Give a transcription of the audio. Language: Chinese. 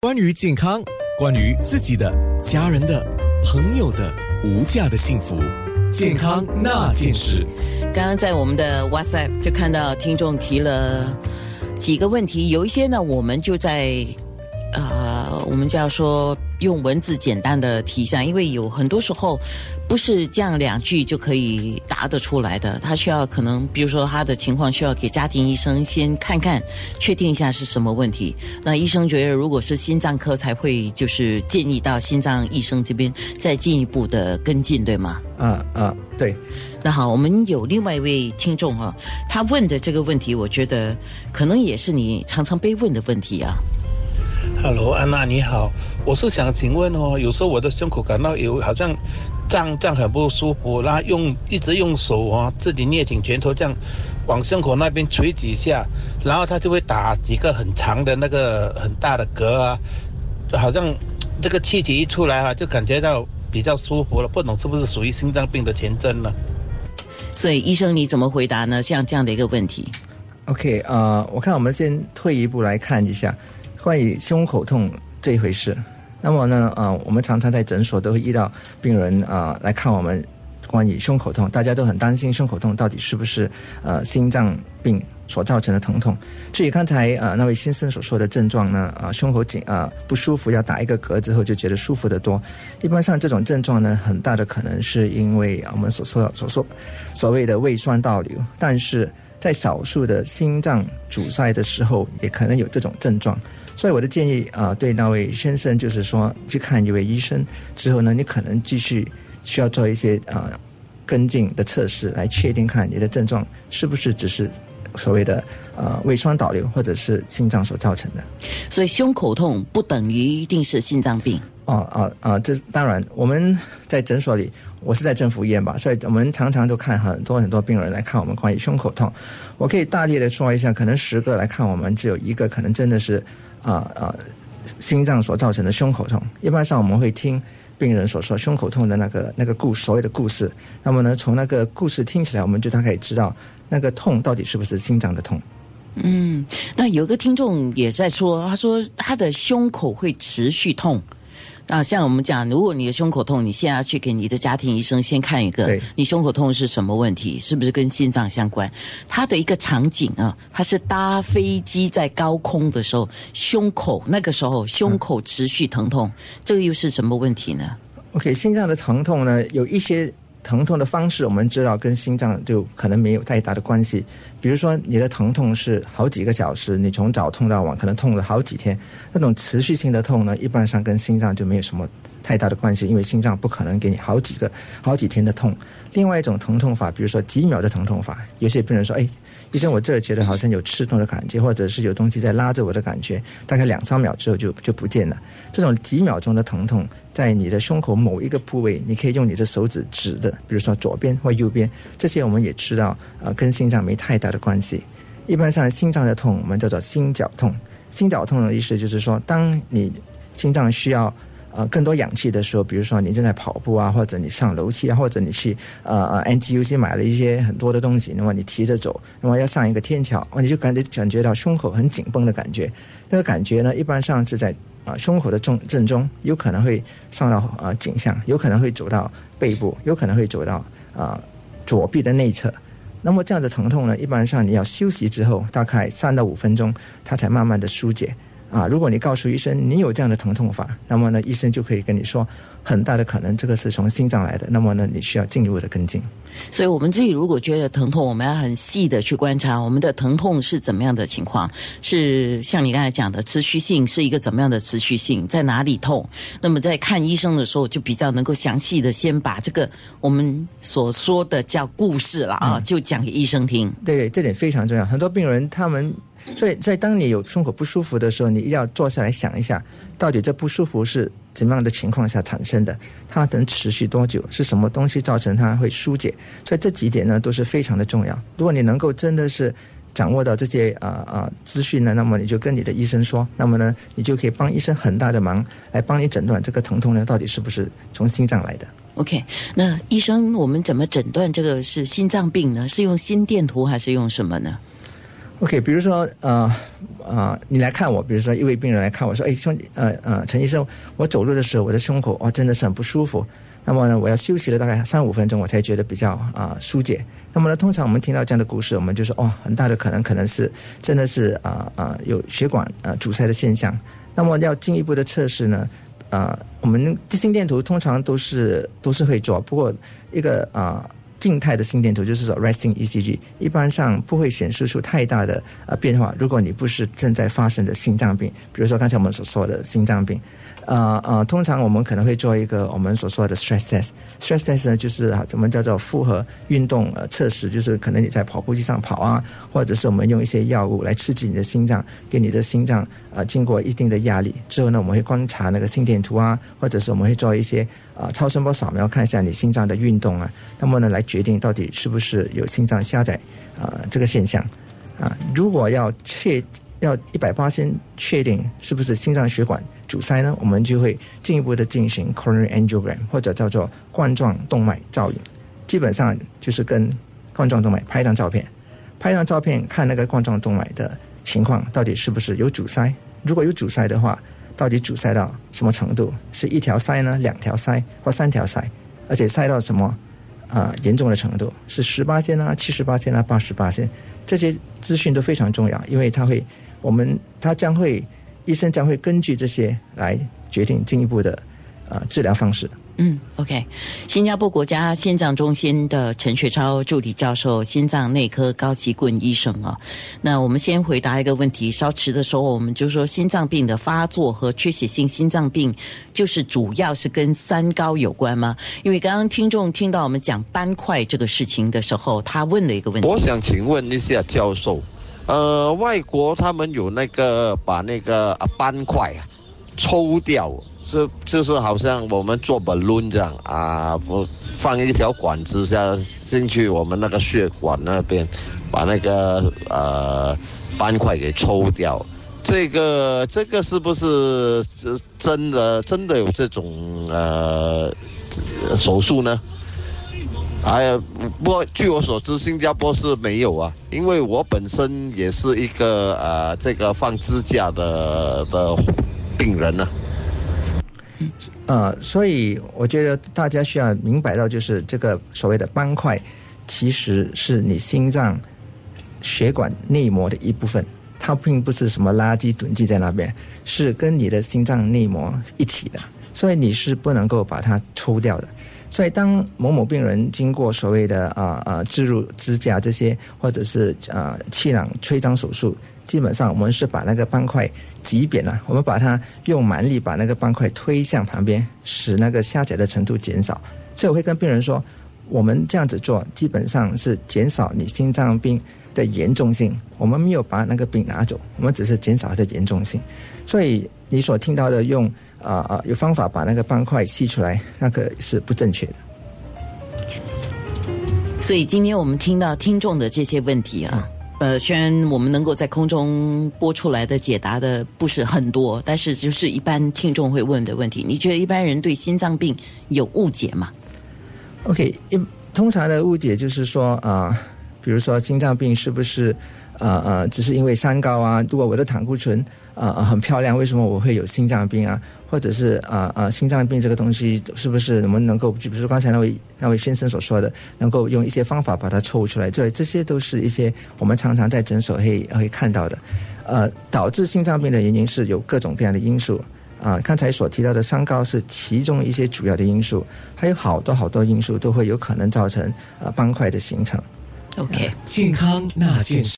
关于健康，关于自己的、家人的、朋友的无价的幸福，健康那件事。 刚刚在我们的 WhatsApp 就看到听众提了几个问题，有一些呢我们就在我们就要说用文字简单的提上，因为有很多时候不是这样2句就可以答得出来的，他需要可能比如说他的情况需要给家庭医生先看看，确定一下是什么问题。那医生觉得如果是心脏科才会就是建议到心脏医生这边再进一步的跟进，对吗？ 对。 那好，我们有另外一位听众他问的这个问题我觉得可能也是你常常被问的问题啊。 Hello， 安娜你好，我是想请问有时候我的胸口感到好像胀很不舒服，然后一直用手自己捏紧拳头这样往胸口那边捶几下，然后他就会打几个很长的那个很大的嗝好像这个气体一出来就感觉到比较舒服了，不懂是不是属于心脏病的前征呢？ 所以医生你怎么回答呢？像这样的一个问题。 OK， 我看我们先退一步来看一下关于胸口痛这一回事。那么呢，我们常常在诊所都会遇到病人来看我们关于胸口痛，大家都很担心胸口痛到底是不是心脏病所造成的疼痛。至于刚才那位先生所说的症状呢，胸口不舒服，要打一个嗝之后就觉得舒服得多。一般上这种症状呢，很大的可能是因为我们所谓的胃酸倒流，但是在少数的心脏阻塞的时候，也可能有这种症状。所以我的建议对那位先生就是说，去看一位医生之后呢，你可能继续需要做一些跟进的测试，来确定看你的症状是不是只是所谓的胃酸倒流或者是心脏所造成的。 所以胸口痛不等于一定是心脏病。 这当然我们在诊所里，我是在政府医院吧，所以我们常常都看很多病人来看我们关于胸口痛。我可以大力的说一下，可能10个来看我们，只有1个可能真的是心脏所造成的胸口痛。一般上我们会听病人所说胸口痛的那个所谓的故事，那么呢，从那个故事听起来，我们就大概知道那个痛到底是不是心脏的痛。 那有个听众也在说，他说他的胸口会持续痛。像我们讲，如果你的胸口痛，你现在要去给你的家庭医生先看一个，你胸口痛是什么问题，是不是跟心脏相关？他的一个场景他是搭飞机在高空的时候，那个时候胸口持续疼痛，这个又是什么问题呢？ OK， 心脏的疼痛呢，有一些疼痛的方式我们知道跟心脏就可能没有太大的关系。比如说你的疼痛是好几个小时，你从早痛到晚，可能痛了好几天，那种持续性的痛呢，一般上跟心脏就没有什么太大的关系，因为心脏不可能给你好几天的痛。另外一种疼痛法，比如说几秒的疼痛法，有些病人说医生我这儿觉得好像有刺痛的感觉，或者是有东西在拉着我的感觉，大概2-3秒之后就不见了。这种几秒钟的疼痛在你的胸口某一个部位，你可以用你的手指指的，比如说左边或右边，这些我们也知道跟心脏没太大的关系。一般上心脏的痛我们叫做心绞痛。心绞痛的意思就是说，当你心脏需要更多氧气的时候，比如说你正在跑步或者你上楼梯或者你去NTUC 买了一些很多的东西，那么你提着走，那么要上一个天桥，你就感觉到胸口很紧绷的感觉。那个感觉呢，一般上是在胸口的正中，有可能会上到颈项，有可能会走到背部，有可能会走到左臂的内侧。那么这样的疼痛呢，一般上你要休息之后大概3到5分钟，它才慢慢的疏解。如果你告诉医生你有这样的疼痛法，那么呢，医生就可以跟你说，很大的可能这个是从心脏来的，那么呢，你需要进一步的跟进。 所以我们自己如果觉得疼痛，我们要很细的去观察我们的疼痛是怎么样的情况，是像你刚才讲的持续性是一个怎么样的持续性，在哪里痛，那么在看医生的时候就比较能够详细的先把这个我们所说的叫故事了就讲给医生听。 对，这点非常重要。很多病人他们所以当你有胸口不舒服的时候，你一定要坐下来想一下，到底这不舒服是怎么样的情况下产生的，它能持续多久，是什么东西造成它会疏解。所以这几点呢都是非常的重要。如果你能够真的是掌握到这些资讯呢，那么你就跟你的医生说，那么呢你就可以帮医生很大的忙，来帮你诊断这个疼痛呢到底是不是从心脏来的。 OK， 那医生我们怎么诊断这个是心脏病呢？是用心电图还是用什么呢 OK， 比如说你来看我，比如说一位病人来看我说，陈医生，我走路的时候我的胸口真的是很不舒服，那么呢我要休息了大概3-5分钟我才觉得比较疏解。那么呢通常我们听到这样的故事，我们就说很大的可能是真的是有血管阻塞的现象。那么要进一步的测试呢，我们心电图通常都是会做，不过一个静态的心电图就是说 resting ECG 一般上不会显示出太大的变化，如果你不是正在发生的心脏病，比如说刚才我们所说的心脏病。通常我们可能会做一个我们所说的 stress test。stress test 呢就是怎么叫做复合运动测试，就是可能你在跑步机上跑或者是我们用一些药物来刺激你的心脏，给你的心脏经过一定的压力之后呢，我们会观察那个心电图或者是我们会做一些超声波扫描，看一下你心脏的运动那么呢来决定到底是不是有心脏狭窄这个现象如果要100% 确定是不是心脏血管阻塞呢，我们就会进一步的进行 coronary angiogram 或者叫做冠状动脉造影，基本上就是跟冠状动脉拍一张照片看那个冠状动脉的情况到底是不是有阻塞，如果有阻塞的话，到底阻塞到什么程度，是1条塞呢，2条塞或3条塞，而且塞到什么严重的程度，是10%、70%、80%，这些资讯都非常重要，因为医生将会根据这些来决定进一步的治疗方式。 OK， 新加坡国家心脏中心的陈学超助理教授，心脏内科高级顾问医生那我们先回答一个问题，稍迟的时候我们就说心脏病的发作和缺血性心脏病就是主要是跟三高有关吗？因为刚刚听众听到我们讲斑块这个事情的时候，他问了一个问题， 我想请问一下教授，外国他们有把那个斑块抽掉，就是好像我们做 balloon 这样放一条管子进去我们那个血管那边，把那个斑块给抽掉。这个是不是真的有这种手术呢？不过据我所知，新加坡是没有因为我本身也是一个这个放支架的病人呢。 所以我觉得大家需要明白到，就是这个所谓的斑块其实是你心脏血管内膜的一部分，它并不是什么垃圾囤积在那边，是跟你的心脏内膜一体的，所以你是不能够把它抽掉的。所以当某某病人经过所谓的置入支架这些，或者是气囊吹张手术，基本上我们是把那个斑块挤扁了，我们把它用蛮力把那个斑块推向旁边，使那个狭窄的程度减少。所以我会跟病人说，我们这样子做基本上是减少你心脏病的严重性，我们没有把那个病拿走，我们只是减少它的严重性。所以你所听到的用有方法把那个斑块吸出来，那个是不正确的。 所以今天我们听到听众的这些问题虽然我们能够在空中播出来的解答的不是很多，但是就是一般听众会问的问题，你觉得一般人对心脏病有误解吗？ OK， 通常的误解就是说比如说心脏病是不是只是因为三高如果我的胆固醇很漂亮，为什么我会有心脏病或者是心脏病这个东西是不是我们能够，比如说刚才那位先生所说的，能够用一些方法把它抽出来，这些都是一些我们常常在诊所会看到的。导致心脏病的原因是有各种各样的因素刚才所提到的三高是其中一些主要的因素，还有好多因素都会有可能造成斑块的形成。 OK， 健康那件事。